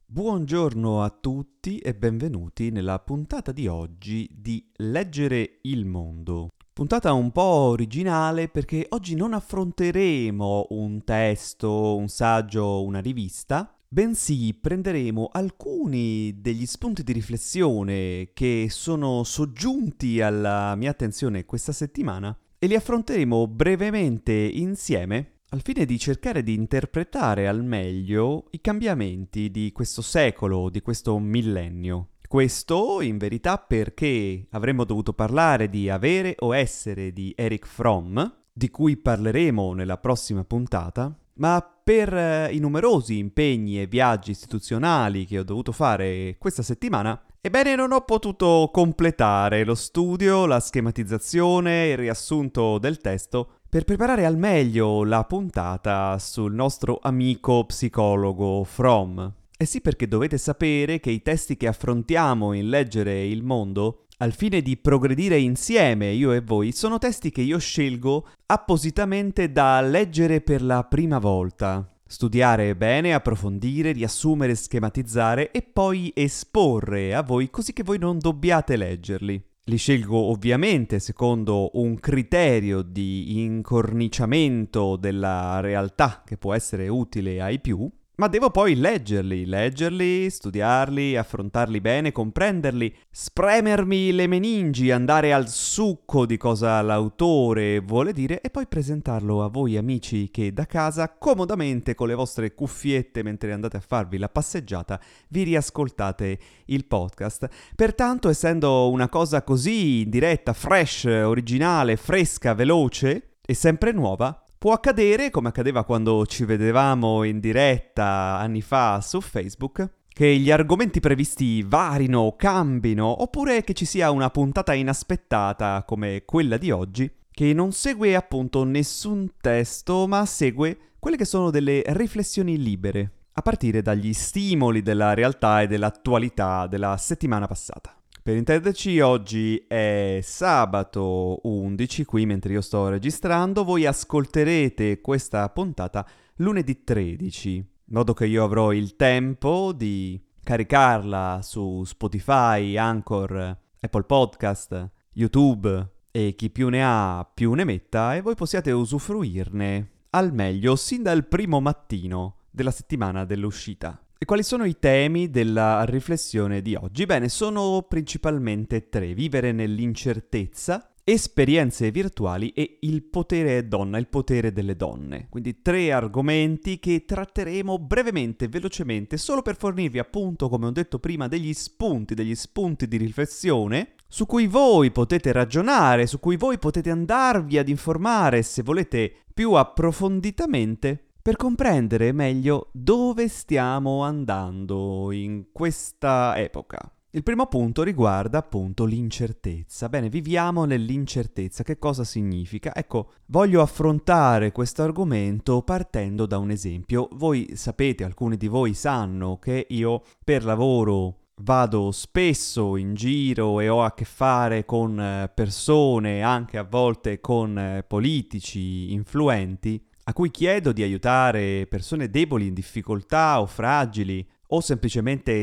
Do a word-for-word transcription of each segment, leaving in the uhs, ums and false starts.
Buongiorno a tutti e benvenuti nella puntata di oggi di Leggere il mondo. Puntata un po' originale perché oggi non affronteremo un testo, un saggio, una rivista, bensì prenderemo alcuni degli spunti di riflessione che sono soggiunti alla mia attenzione questa settimana e li affronteremo brevemente insieme al fine di cercare di interpretare al meglio i cambiamenti di questo secolo, di questo millennio. Questo, in verità, perché avremmo dovuto parlare di Avere o Essere di Erich Fromm, di cui parleremo nella prossima puntata, ma per eh, i numerosi impegni e viaggi istituzionali che ho dovuto fare questa settimana, ebbene non ho potuto completare lo studio, la schematizzazione e il riassunto del testo per preparare al meglio la puntata sul nostro amico psicologo Fromm. E sì, perché dovete sapere che i testi che affrontiamo in Leggere il mondo, al fine di progredire insieme io e voi, sono testi che io scelgo appositamente da leggere per la prima volta. Studiare bene, approfondire, riassumere, schematizzare e poi esporre a voi così che voi non dobbiate leggerli. Li scelgo ovviamente secondo un criterio di incorniciamento della realtà che può essere utile ai più, ma devo poi leggerli, leggerli, studiarli, affrontarli bene, comprenderli, spremermi le meningi, andare al succo di cosa l'autore vuole dire e poi presentarlo a voi amici che da casa, comodamente con le vostre cuffiette mentre andate a farvi la passeggiata, vi riascoltate il podcast. Pertanto, essendo una cosa così diretta, fresh, originale, fresca, veloce e sempre nuova, può accadere, come accadeva quando ci vedevamo in diretta anni fa su Facebook, che gli argomenti previsti varino, cambino, oppure che ci sia una puntata inaspettata come quella di oggi, che non segue appunto nessun testo, ma segue quelle che sono delle riflessioni libere, a partire dagli stimoli della realtà e dell'attualità della settimana passata. Per intenderci, oggi è sabato undici, qui mentre io sto registrando, voi ascolterete questa puntata lunedì tredici, in modo che io avrò il tempo di caricarla su Spotify, Anchor, Apple Podcast, YouTube e chi più ne ha più ne metta e voi possiate usufruirne al meglio sin dal primo mattino della settimana dell'uscita. E quali sono i temi della riflessione di oggi? Bene, sono principalmente tre: vivere nell'incertezza, esperienze virtuali e il potere donna, il potere delle donne. Quindi tre argomenti che tratteremo brevemente, velocemente, solo per fornirvi appunto, come ho detto prima, degli spunti, degli spunti di riflessione su cui voi potete ragionare, su cui voi potete andarvi ad informare se volete più approfonditamente, per comprendere meglio dove stiamo andando in questa epoca. Il primo punto riguarda appunto l'incertezza. Bene, viviamo nell'incertezza. Che cosa significa? Ecco, voglio affrontare questo argomento partendo da un esempio. Voi sapete, alcuni di voi sanno che io per lavoro vado spesso in giro e ho a che fare con persone, anche a volte con politici influenti, a cui chiedo di aiutare persone deboli, in difficoltà o fragili, o semplicemente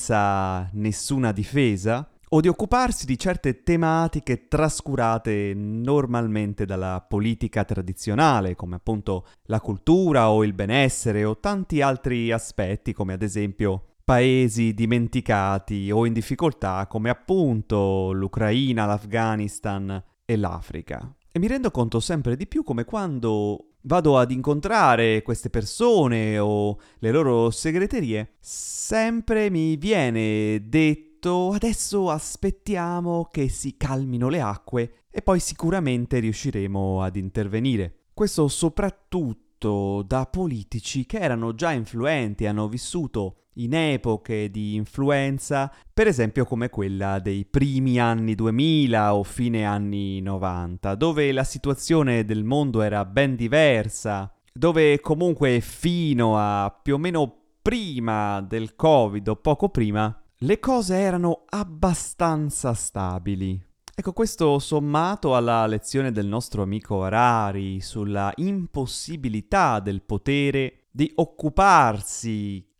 senza nessuna difesa, o di occuparsi di certe tematiche trascurate normalmente dalla politica tradizionale, come appunto la cultura o il benessere o tanti altri aspetti, come ad esempio paesi dimenticati o in difficoltà, come appunto l'Ucraina, l'Afghanistan e l'Africa. E mi rendo conto sempre di più come quando vado ad incontrare queste persone o le loro segreterie, sempre mi viene detto: adesso aspettiamo che si calmino le acque e poi sicuramente riusciremo ad intervenire. Questo soprattutto da politici che erano già influenti, hanno vissuto in epoche di influenza, per esempio come quella dei primi anni duemila o fine anni novanta, dove la situazione del mondo era ben diversa, dove comunque fino a più o meno prima del Covid o poco prima, le cose erano abbastanza stabili. Ecco, questo sommato alla lezione del nostro amico Harari sulla impossibilità del potere di occuparsi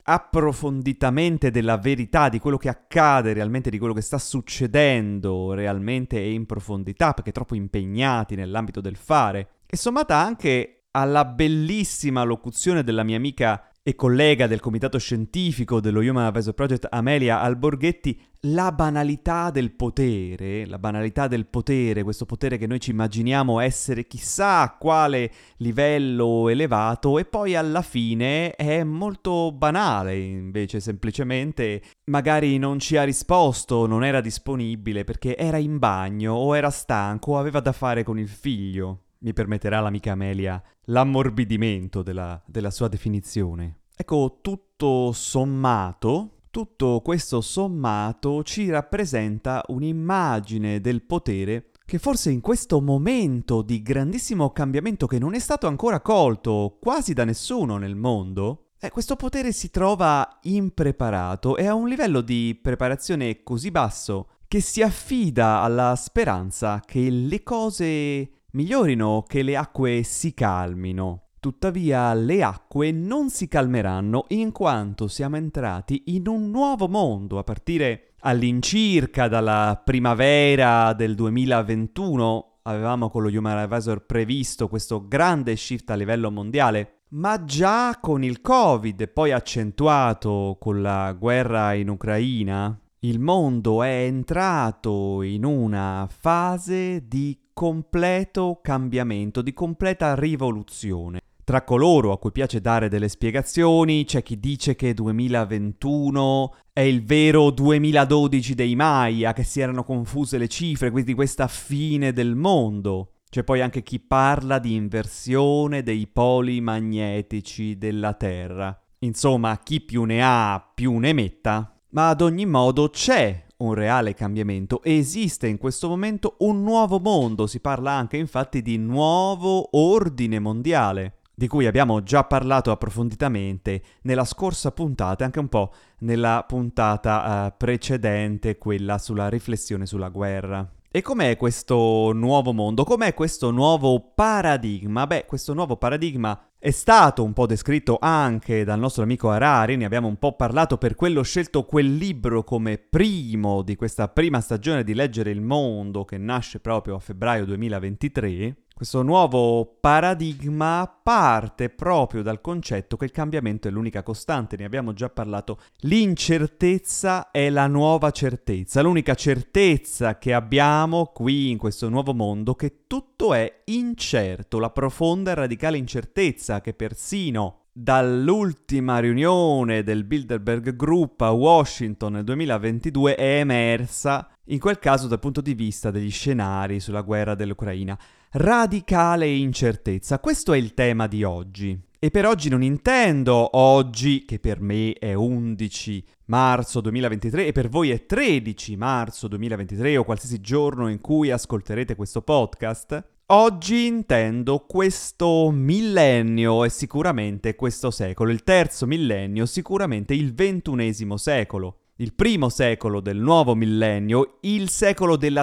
approfonditamente della verità, di quello che accade realmente, di quello che sta succedendo realmente e in profondità, perché troppo impegnati nell'ambito del fare, e sommata anche alla bellissima locuzione della mia amica e collega del comitato scientifico dello Human Advisor Project, Amelia Alborghetti, la banalità del potere, la banalità del potere, questo potere che noi ci immaginiamo essere chissà a quale livello elevato e poi alla fine è molto banale, invece semplicemente magari non ci ha risposto, non era disponibile perché era in bagno o era stanco o aveva da fare con il figlio. Mi permetterà l'amica Amelia l'ammorbidimento della, della sua definizione. Ecco, tutto sommato, tutto questo sommato ci rappresenta un'immagine del potere che forse in questo momento di grandissimo cambiamento che non è stato ancora colto quasi da nessuno nel mondo, eh, questo potere si trova impreparato e a un livello di preparazione così basso che si affida alla speranza che le cose migliorino, che le acque si calmino. Tuttavia le acque non si calmeranno in quanto siamo entrati in un nuovo mondo a partire all'incirca dalla primavera del duemilaventuno. Avevamo con lo Human Advisor previsto questo grande shift a livello mondiale, ma già con il Covid e poi accentuato con la guerra in Ucraina, il mondo è entrato in una fase di completo cambiamento, di completa rivoluzione. Tra coloro a cui piace dare delle spiegazioni, c'è chi dice che duemilaventuno è il vero duemiladodici dei Maya, che si erano confuse le cifre, quindi questa fine del mondo. C'è poi anche chi parla di inversione dei poli magnetici della Terra. Insomma, chi più ne ha, più ne metta. Ma ad ogni modo c'è un reale cambiamento. Esiste in questo momento un nuovo mondo. Si parla anche infatti di nuovo ordine mondiale, di cui abbiamo già parlato approfonditamente nella scorsa puntata e anche un po' nella puntata uh, precedente, quella sulla riflessione sulla guerra. E com'è questo nuovo mondo? Com'è questo nuovo paradigma? Beh, questo nuovo paradigma è stato un po' descritto anche dal nostro amico Harari, ne abbiamo un po' parlato, per quello ho scelto quel libro come primo di questa prima stagione di Leggere il Mondo, che nasce proprio a febbraio duemilaventitré. Questo nuovo paradigma parte proprio dal concetto che il cambiamento è l'unica costante, ne abbiamo già parlato. L'incertezza è la nuova certezza, l'unica certezza che abbiamo qui in questo nuovo mondo, che tutto è incerto, la profonda e radicale incertezza che persino dall'ultima riunione del Bilderberg Group a Washington nel duemilaventidue è emersa, in quel caso dal punto di vista degli scenari sulla guerra dell'Ucraina. Radicale incertezza, questo è il tema di oggi. E per oggi non intendo oggi, che per me è undici marzo duemilaventitré e per voi è tredici marzo duemilaventitré o qualsiasi giorno in cui ascolterete questo podcast. Oggi intendo questo millennio e sicuramente questo secolo, il terzo millennio, sicuramente il ventunesimo secolo. Il primo secolo del nuovo millennio, il secolo della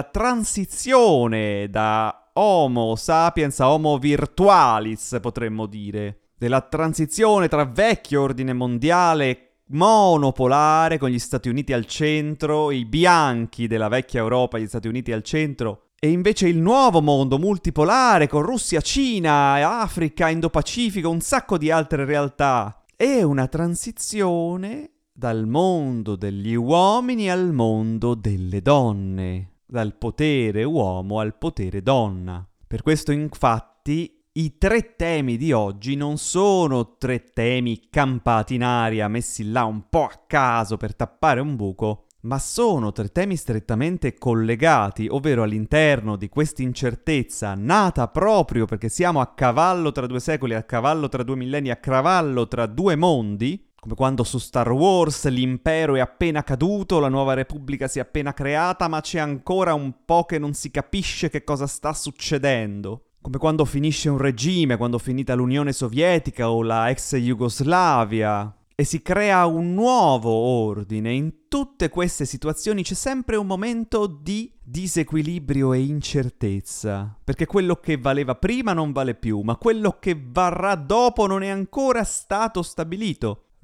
transizione da Homo sapiens a Homo virtualis, potremmo dire. Della transizione tra vecchio ordine mondiale monopolare con gli Stati Uniti al centro, i bianchi della vecchia Europa, gli Stati Uniti al centro, e invece il nuovo mondo multipolare con Russia, Cina, Africa, Indo-Pacifico, un sacco di altre realtà. E una transizione dal mondo degli uomini al mondo delle donne, dal potere uomo al potere donna. Per questo infatti i tre temi di oggi non sono tre temi campati in aria, messi là un po' a caso per tappare un buco, ma sono tre temi strettamente collegati, ovvero all'interno di questa incertezza nata proprio perché siamo a cavallo tra due secoli, a cavallo tra due millenni, a cavallo tra due mondi, come quando su Star Wars l'impero è appena caduto, la nuova repubblica si è appena creata, ma c'è ancora un po' che non si capisce che cosa sta succedendo. Come quando finisce un regime, quando è finita l'Unione Sovietica o la ex Jugoslavia, e si crea un nuovo ordine. In tutte queste situazioni c'è sempre un momento di disequilibrio e incertezza, perché quello che valeva prima non vale più, ma quello che varrà dopo non è ancora stato stabilito.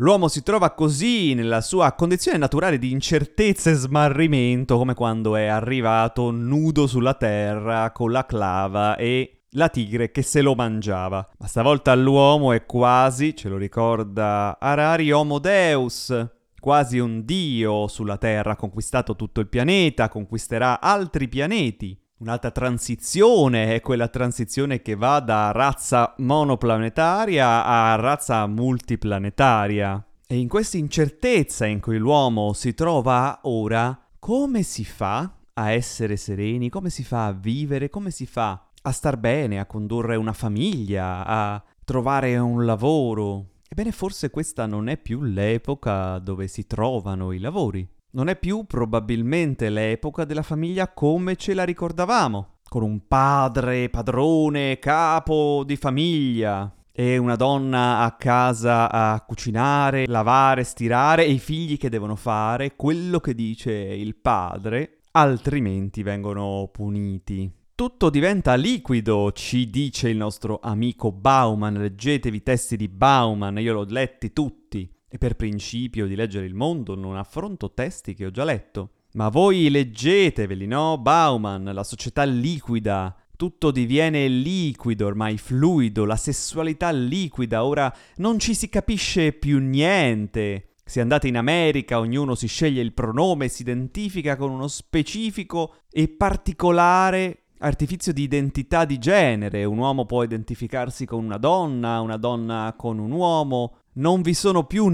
L'uomo si trova così nella sua condizione naturale di incertezza e smarrimento, come quando è arrivato nudo sulla terra con la clava e la tigre che se lo mangiava. Ma stavolta l'uomo è quasi, ce lo ricorda Harari, Homo Deus, quasi un dio sulla terra, ha conquistato tutto il pianeta, conquisterà altri pianeti. Un'altra transizione è quella transizione che va da razza monoplanetaria a razza multiplanetaria. E in questa incertezza in cui l'uomo si trova ora, come si fa a essere sereni? Come si fa a vivere? Come si fa a star bene, a condurre una famiglia, a trovare un lavoro? Ebbene, forse questa non è più l'epoca dove si trovano i lavori. Non è più probabilmente l'epoca della famiglia come ce la ricordavamo, con un padre, padrone, capo di famiglia e una donna a casa a cucinare, lavare, stirare e i figli che devono fare quello che dice il padre, altrimenti vengono puniti. Tutto diventa liquido, ci dice il nostro amico Bauman. Leggetevi i testi di Bauman, io l'ho letti tutti. E per principio di leggere il mondo non affronto testi che ho già letto. Ma voi leggeteveli, no? Bauman, la società liquida, tutto diviene liquido, ormai fluido, la sessualità liquida, ora non ci si capisce più niente. Se andate in America, ognuno si sceglie il pronome, si identifica con uno specifico e particolare artifizio di identità di genere. Un uomo può identificarsi con una donna, una donna con un uomo. Non vi sono più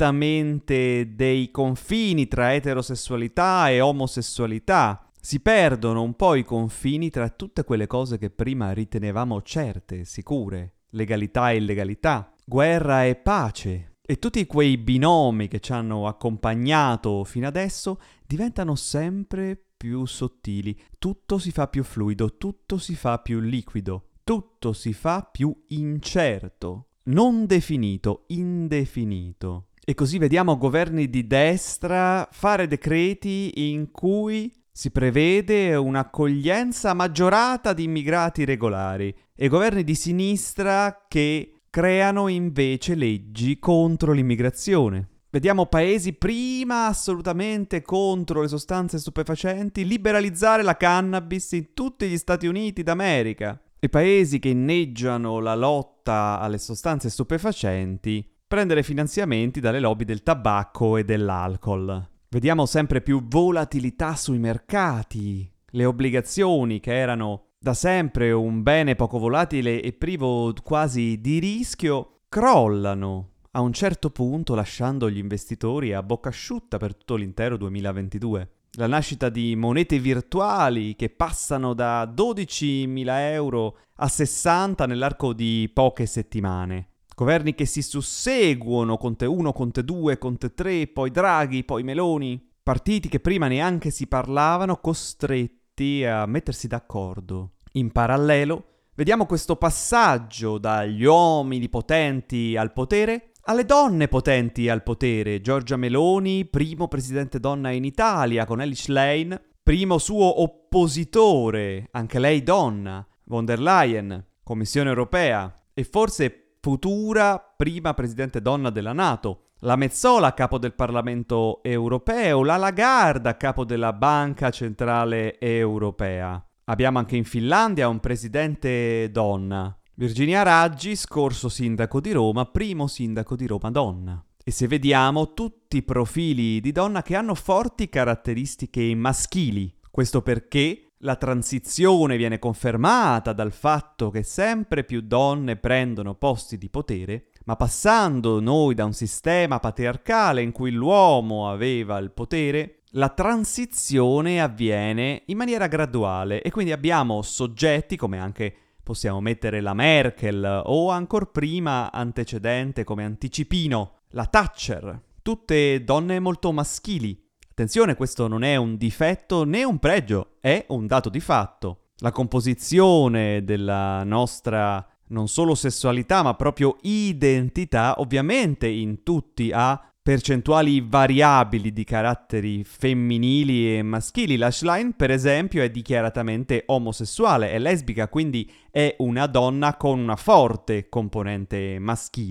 nettamente dei confini tra eterosessualità e omosessualità. Si perdono un po' i confini tra tutte quelle cose che prima ritenevamo certe, sicure. Legalità e illegalità, guerra e pace. E tutti quei binomi che ci hanno accompagnato fino adesso diventano sempre più sottili. Tutto si fa più fluido, tutto si fa più liquido, tutto si fa più incerto. Non definito, indefinito. E così vediamo governi di destra fare decreti in cui si prevede un'accoglienza maggiorata di immigrati regolari e governi di sinistra che creano invece leggi contro l'immigrazione. Vediamo paesi prima assolutamente contro le sostanze stupefacenti liberalizzare la cannabis in tutti gli Stati Uniti d'America. E paesi che inneggiano la lotta alle sostanze stupefacenti prendere finanziamenti dalle lobby del tabacco e dell'alcol. Vediamo sempre più volatilità sui mercati. Le obbligazioni, che erano da sempre un bene poco volatile e privo quasi di rischio, crollano a un certo punto lasciando gli investitori a bocca asciutta per tutto l'intero duemilaventidue. La nascita di monete virtuali che passano da dodicimila euro a sessanta nell'arco di poche settimane. Governi che si susseguono, Conte uno, Conte due, Conte tre, poi Draghi, poi Meloni. Partiti che prima neanche si parlavano, costretti a mettersi d'accordo. In parallelo, vediamo questo passaggio dagli uomini potenti al potere alle donne potenti al potere. Giorgia Meloni, primo presidente donna in Italia, con Elly Schlein, primo suo oppositore, anche lei donna, von der Leyen, Commissione Europea, e forse futura prima presidente donna della NATO. La Metsola, capo del Parlamento Europeo, la Lagarde, capo della Banca Centrale Europea. Abbiamo anche in Finlandia un presidente donna. Virginia Raggi, scorso sindaco di Roma, primo sindaco di Roma donna. E se vediamo tutti i profili di donna che hanno forti caratteristiche maschili. Questo perché la transizione viene confermata dal fatto che sempre più donne prendono posti di potere, ma passando noi da un sistema patriarcale in cui l'uomo aveva il potere, la transizione avviene in maniera graduale e quindi abbiamo soggetti come anche possiamo mettere la Merkel o ancor prima antecedente come anticipino, la Thatcher, tutte donne molto maschili. Attenzione, questo non è un difetto né un pregio, è un dato di fatto. La composizione della nostra non solo sessualità ma proprio identità ovviamente in tutti ha percentuali variabili di caratteri femminili e maschili. La Schlein, per esempio, è dichiaratamente omosessuale, è lesbica, quindi è una donna con una forte componente maschile.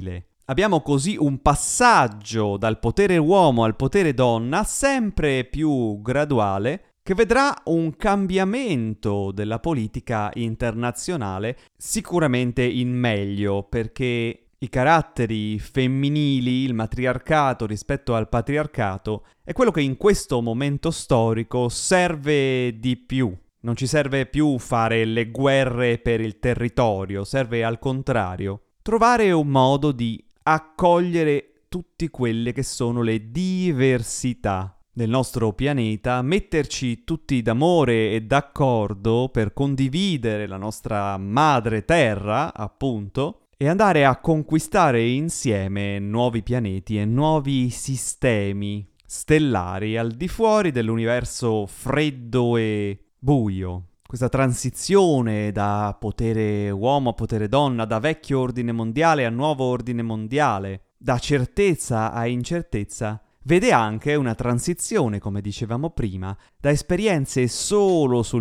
Abbiamo così un passaggio dal potere uomo al potere donna sempre più graduale, che vedrà un cambiamento della politica internazionale sicuramente in meglio, perché i caratteri femminili, il matriarcato rispetto al patriarcato, è quello che in questo momento storico serve di più. Non ci serve più fare le guerre per il territorio, serve al contrario trovare un modo di accogliere tutte quelle che sono le diversità del nostro pianeta, metterci tutti d'amore e d'accordo per condividere la nostra madre terra, appunto, e andare a conquistare insieme nuovi pianeti e nuovi sistemi stellari al di fuori dell'universo freddo e buio. Questa transizione da potere uomo a potere donna, da vecchio ordine mondiale a nuovo ordine mondiale, da certezza a incertezza, vede anche una transizione, come dicevamo prima, da esperienze solo sul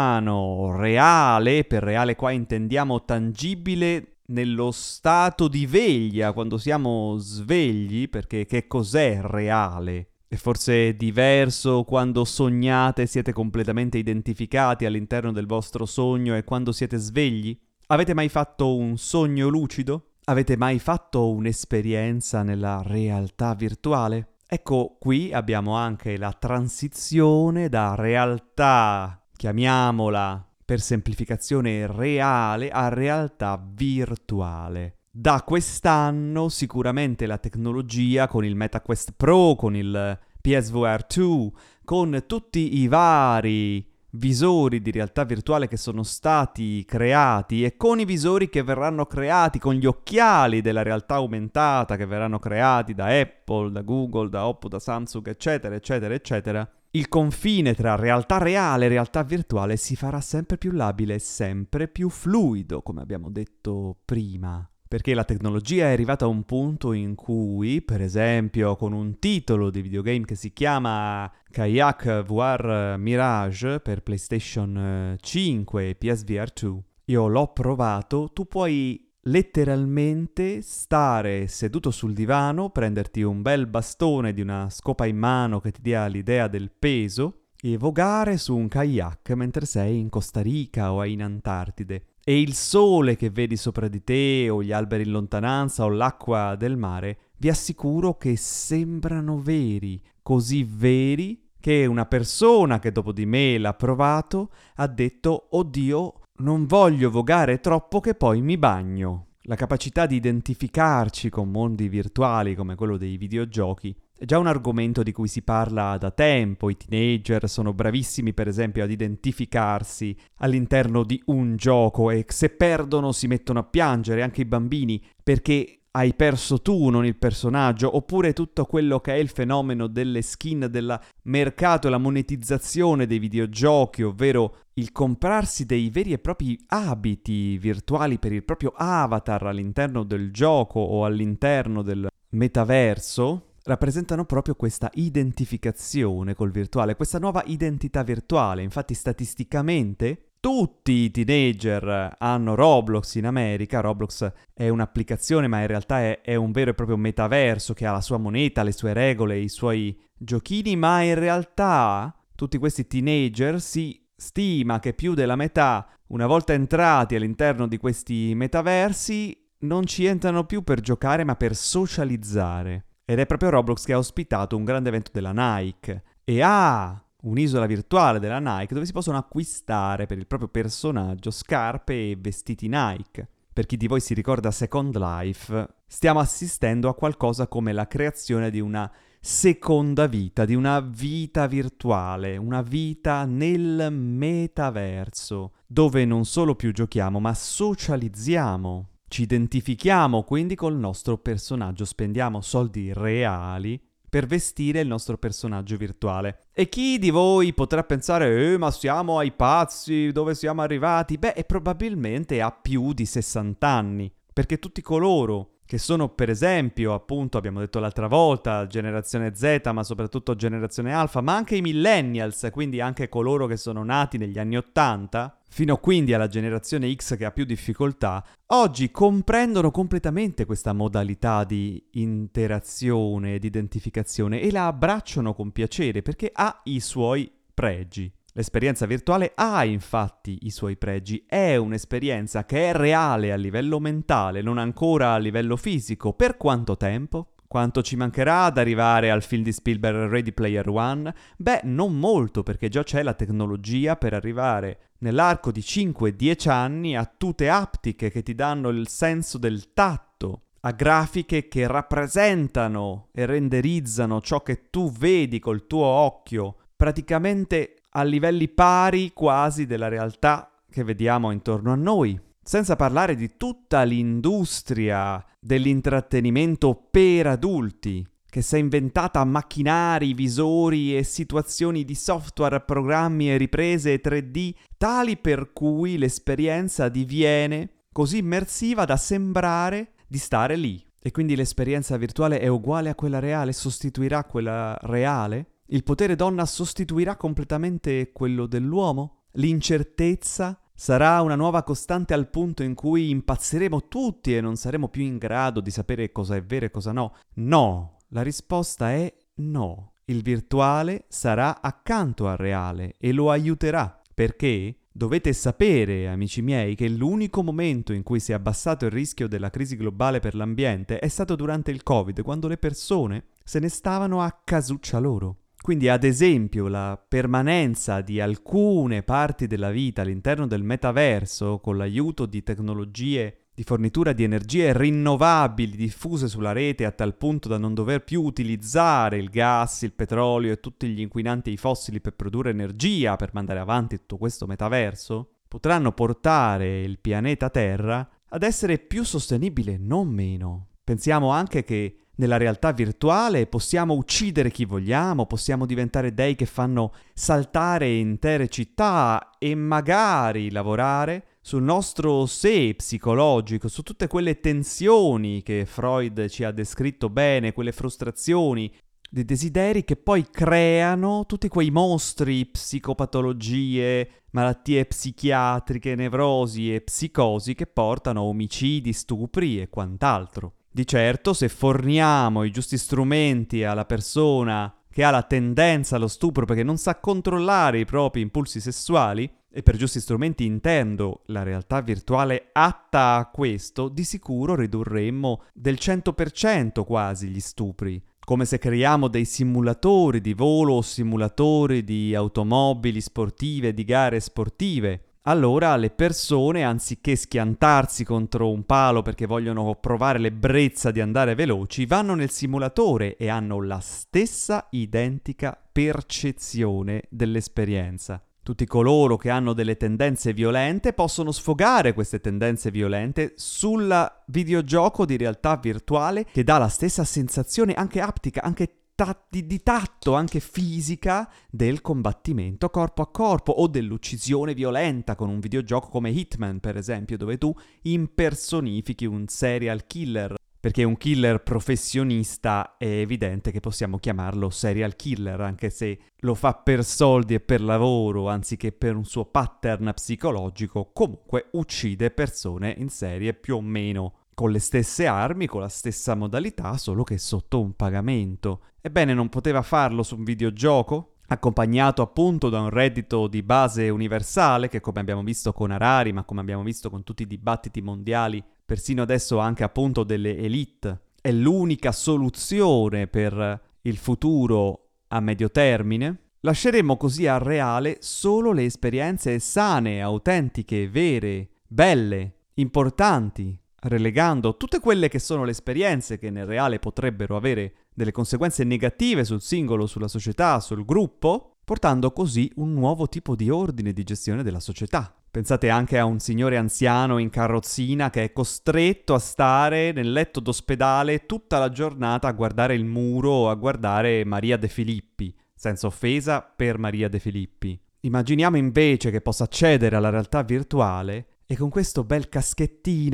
piano reale, per reale qua intendiamo tangibile nello stato di veglia, quando siamo svegli, perché che cos'è reale? E forse è diverso quando sognate e siete completamente identificati all'interno del vostro sogno e quando siete svegli? Avete mai fatto un sogno lucido? Avete mai fatto un'esperienza nella realtà virtuale? Ecco, qui abbiamo anche la transizione da realtà, chiamiamola per semplificazione reale, a realtà virtuale. Da quest'anno sicuramente la tecnologia con il MetaQuest Pro, con il P S V R due, con tutti i vari visori di realtà virtuale che sono stati creati e con i visori che verranno creati, con gli occhiali della realtà aumentata che verranno creati da Apple, da Google, da Oppo, da Samsung, eccetera, eccetera, eccetera, il confine tra realtà reale e realtà virtuale si farà sempre più labile e sempre più fluido, come abbiamo detto prima. Perché la tecnologia è arrivata a un punto in cui, per esempio, con un titolo di videogame che si chiama Kayak V R Mirage per PlayStation cinque e P S V R due, io l'ho provato, tu puoi letteralmente stare seduto sul divano, prenderti un bel bastone di una scopa in mano che ti dia l'idea del peso e vogare su un kayak mentre sei in Costa Rica o in Antartide. E il sole che vedi sopra di te, o gli alberi in lontananza, o l'acqua del mare, vi assicuro che sembrano veri, così veri che una persona che dopo di me l'ha provato ha detto «Oddio, non voglio vogare troppo che poi mi bagno». La capacità di identificarci con mondi virtuali come quello dei videogiochi è già un argomento di cui si parla da tempo. I teenager sono bravissimi per esempio ad identificarsi all'interno di un gioco e se perdono si mettono a piangere, anche i bambini, perché hai perso tu, non il personaggio, oppure tutto quello che è il fenomeno delle skin, del mercato e la monetizzazione dei videogiochi, ovvero il comprarsi dei veri e propri abiti virtuali per il proprio avatar all'interno del gioco o all'interno del metaverso, rappresentano proprio questa identificazione col virtuale, questa nuova identità virtuale. Infatti statisticamente tutti i teenager hanno Roblox in America. Roblox è un'applicazione ma in realtà è, è un vero e proprio metaverso che ha la sua moneta, le sue regole, i suoi giochini, ma in realtà tutti questi teenager si stima che più della metà, una volta entrati all'interno di questi metaversi, non ci entrano più per giocare ma per socializzare. Ed è proprio Roblox che ha ospitato un grande evento della Nike e ha un'isola virtuale della Nike dove si possono acquistare per il proprio personaggio scarpe e vestiti Nike. Per chi di voi si ricorda Second Life, stiamo assistendo a qualcosa come la creazione di una seconda vita, di una vita virtuale, una vita nel metaverso, dove non solo più giochiamo ma socializziamo. Ci identifichiamo quindi col nostro personaggio, spendiamo soldi reali per vestire il nostro personaggio virtuale. E chi di voi potrà pensare, eh, ma siamo ai pazzi, dove siamo arrivati? Beh, e probabilmente ha più di sessanta anni, perché tutti coloro che sono per esempio, appunto, abbiamo detto l'altra volta, generazione Z, ma soprattutto generazione Alpha, ma anche i millennials, quindi anche coloro che sono nati negli anni ottanta, fino quindi alla generazione X che ha più difficoltà, oggi comprendono completamente questa modalità di interazione, di identificazione e la abbracciano con piacere perché ha i suoi pregi. L'esperienza virtuale ha infatti i suoi pregi, è un'esperienza che è reale a livello mentale, non ancora a livello fisico. Per quanto tempo? Quanto ci mancherà ad arrivare al film di Spielberg Ready Player One? Beh, non molto, perché già c'è la tecnologia per arrivare nell'arco di cinque dieci anni a tute aptiche che ti danno il senso del tatto, a grafiche che rappresentano e renderizzano ciò che tu vedi col tuo occhio, praticamente a livelli pari quasi della realtà che vediamo intorno a noi. Senza parlare di tutta l'industria dell'intrattenimento per adulti, che si è inventata macchinari, visori e situazioni di software, programmi e riprese tre D, tali per cui l'esperienza diviene così immersiva da sembrare di stare lì. E quindi l'esperienza virtuale è uguale a quella reale, sostituirà quella reale? Il potere donna sostituirà completamente quello dell'uomo? L'incertezza sarà una nuova costante al punto in cui impazziremo tutti e non saremo più in grado di sapere cosa è vero e cosa no? No, la risposta è no. Il virtuale sarà accanto al reale e lo aiuterà, perché dovete sapere, amici miei, che l'unico momento in cui si è abbassato il rischio della crisi globale per l'ambiente è stato durante il Covid, quando le persone se ne stavano a casuccia loro. Quindi, ad esempio, la permanenza di alcune parti della vita all'interno del metaverso, con l'aiuto di tecnologie di fornitura di energie rinnovabili diffuse sulla rete a tal punto da non dover più utilizzare il gas, il petrolio e tutti gli inquinanti e i fossili per produrre energia, per mandare avanti tutto questo metaverso, potranno portare il pianeta Terra ad essere più sostenibile, non meno. Pensiamo anche che nella realtà virtuale possiamo uccidere chi vogliamo, possiamo diventare dei che fanno saltare intere città e magari lavorare sul nostro sé psicologico, su tutte quelle tensioni che Freud ci ha descritto bene, quelle frustrazioni, dei desideri che poi creano tutti quei mostri, psicopatologie, malattie psichiatriche, nevrosi e psicosi che portano a omicidi, stupri e quant'altro. Di certo, se forniamo i giusti strumenti alla persona che ha la tendenza allo stupro perché non sa controllare i propri impulsi sessuali, e per giusti strumenti intendo la realtà virtuale atta a questo, di sicuro ridurremmo del cento per cento quasi gli stupri. Come se creiamo dei simulatori di volo o simulatori di automobili sportive, di gare sportive. Allora le persone, anziché schiantarsi contro un palo perché vogliono provare l'ebbrezza di andare veloci, vanno nel simulatore e hanno la stessa identica percezione dell'esperienza. Tutti coloro che hanno delle tendenze violente possono sfogare queste tendenze violente sul videogioco di realtà virtuale che dà la stessa sensazione anche aptica, anche Di, di tatto, anche fisica, del combattimento corpo a corpo o dell'uccisione violenta con un videogioco come Hitman, per esempio, dove tu impersonifichi un serial killer. Perché un killer professionista è evidente che possiamo chiamarlo serial killer, anche se lo fa per soldi e per lavoro, anziché per un suo pattern psicologico, comunque uccide persone in serie più o meno con le stesse armi, con la stessa modalità, solo che sotto un pagamento. Ebbene, non poteva farlo su un videogioco? Accompagnato appunto da un reddito di base universale, che come abbiamo visto con Harari, ma come abbiamo visto con tutti i dibattiti mondiali, persino adesso anche appunto delle elite, è l'unica soluzione per il futuro a medio termine? Lasceremo così al reale solo le esperienze sane, autentiche, vere, belle, importanti, relegando tutte quelle che sono le esperienze che nel reale potrebbero avere delle conseguenze negative sul singolo, sulla società, sul gruppo, portando così un nuovo tipo di ordine di gestione della società. Pensate anche a un signore anziano in carrozzina che è costretto a stare nel letto d'ospedale tutta la giornata a guardare il muro o a guardare Maria De Filippi, senza offesa per Maria De Filippi. Immaginiamo invece che possa accedere alla realtà virtuale e con questo bel caschettino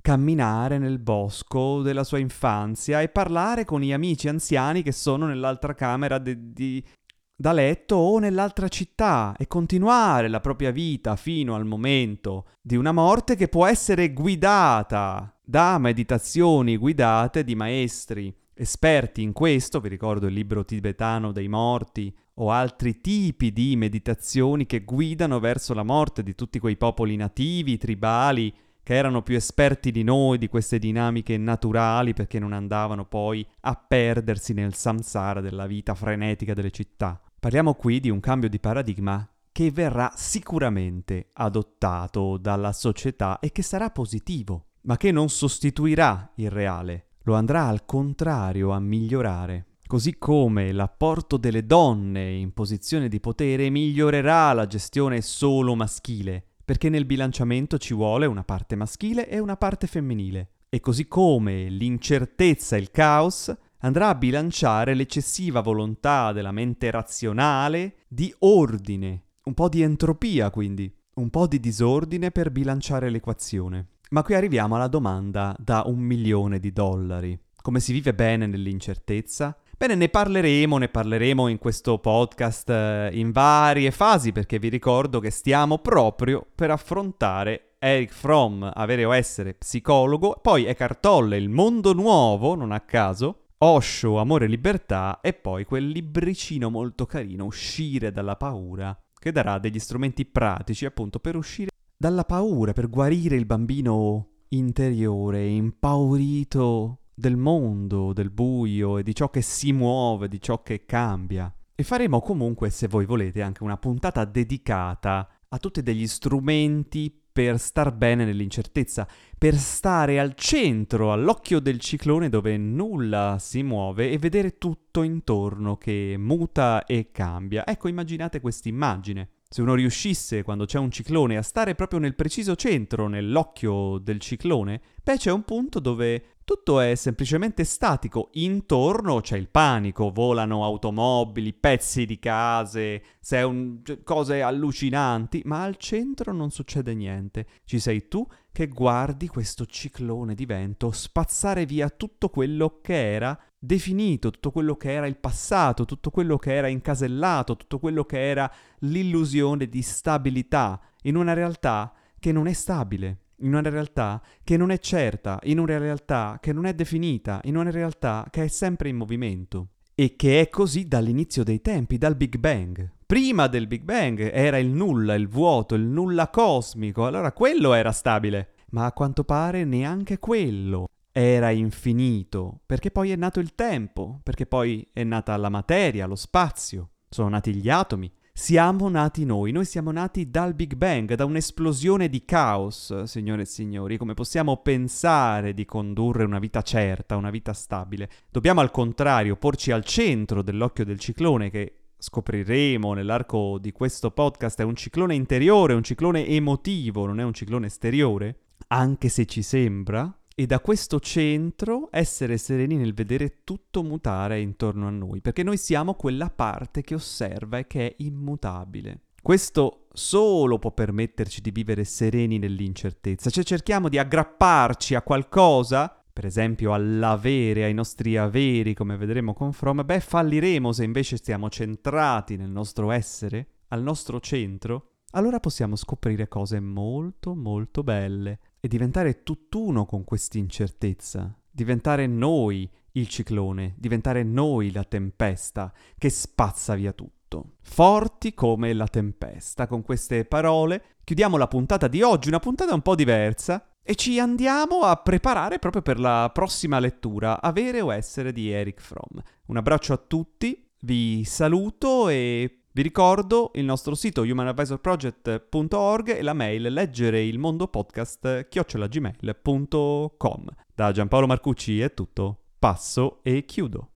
camminare nel bosco della sua infanzia e parlare con gli amici anziani che sono nell'altra camera de- di... da letto o nell'altra città e continuare la propria vita fino al momento di una morte che può essere guidata da meditazioni guidate di maestri esperti in questo. Vi ricordo il libro tibetano dei morti o altri tipi di meditazioni che guidano verso la morte di tutti quei popoli nativi, tribali, che erano più esperti di noi di queste dinamiche naturali perché non andavano poi a perdersi nel samsara della vita frenetica delle città. Parliamo qui di un cambio di paradigma che verrà sicuramente adottato dalla società e che sarà positivo, ma che non sostituirà il reale, lo andrà al contrario a migliorare. Così come l'apporto delle donne in posizione di potere migliorerà la gestione solo maschile, perché nel bilanciamento ci vuole una parte maschile e una parte femminile. E così come l'incertezza e il caos andrà a bilanciare l'eccessiva volontà della mente razionale di ordine, un po' di entropia quindi, un po' di disordine per bilanciare l'equazione. Ma qui arriviamo alla domanda da un milione di dollari. Come si vive bene nell'incertezza? Bene, ne parleremo, ne parleremo in questo podcast eh, in varie fasi, perché vi ricordo che stiamo proprio per affrontare Erich Fromm, Avere o essere, psicologo, poi Eckhart Tolle, Il mondo nuovo, non a caso, Osho, Amore e libertà, e poi quel libricino molto carino, Uscire dalla paura, che darà degli strumenti pratici appunto per uscire dalla paura, per guarire il bambino interiore, impaurito del mondo, del buio e di ciò che si muove, di ciò che cambia. E faremo comunque, se voi volete, anche una puntata dedicata a tutti degli strumenti per star bene nell'incertezza, per stare al centro, all'occhio del ciclone dove nulla si muove e vedere tutto intorno che muta e cambia. Ecco, immaginate questa immagine. Se uno riuscisse, quando c'è un ciclone, a stare proprio nel preciso centro, nell'occhio del ciclone, beh, c'è un punto dove tutto è semplicemente statico. Intorno c'è il panico, volano automobili, pezzi di case, c'è un... cose allucinanti, ma al centro non succede niente. Ci sei tu che guardi questo ciclone di vento spazzare via tutto quello che era definito, tutto quello che era il passato, tutto quello che era incasellato, tutto quello che era l'illusione di stabilità in una realtà che non è stabile, in una realtà che non è certa, in una realtà che non è definita, in una realtà che è sempre in movimento. E che è così dall'inizio dei tempi, dal Big Bang. Prima del Big Bang era il nulla, il vuoto, il nulla cosmico, allora quello era stabile. Ma a quanto pare neanche quello era infinito, perché poi è nato il tempo, perché poi è nata la materia, lo spazio, sono nati gli atomi. Siamo nati noi, noi siamo nati dal Big Bang, da un'esplosione di caos, signore e signori. Come possiamo pensare di condurre una vita certa, una vita stabile? Dobbiamo al contrario porci al centro dell'occhio del ciclone, che scopriremo nell'arco di questo podcast è un ciclone interiore, un ciclone emotivo, non è un ciclone esteriore, anche se ci sembra. E da questo centro essere sereni nel vedere tutto mutare intorno a noi, perché noi siamo quella parte che osserva e che è immutabile. Questo solo può permetterci di vivere sereni nell'incertezza, cioè cerchiamo di aggrapparci a qualcosa, per esempio all'avere, ai nostri averi, come vedremo con Fromm, beh, falliremo se invece stiamo centrati nel nostro essere, al nostro centro, allora possiamo scoprire cose molto molto belle e diventare tutt'uno con quest'incertezza, diventare noi il ciclone, diventare noi la tempesta che spazza via tutto. Forti come la tempesta. Con queste parole chiudiamo la puntata di oggi, una puntata un po' diversa, e ci andiamo a preparare proprio per la prossima lettura, Avere o essere di Erich Fromm. Un abbraccio a tutti, vi saluto e vi ricordo il nostro sito human advisor project punto org e la mail leggereilmondopodcast chiocciola gmail punto com. Da Giampaolo Marcucci è tutto, passo e chiudo.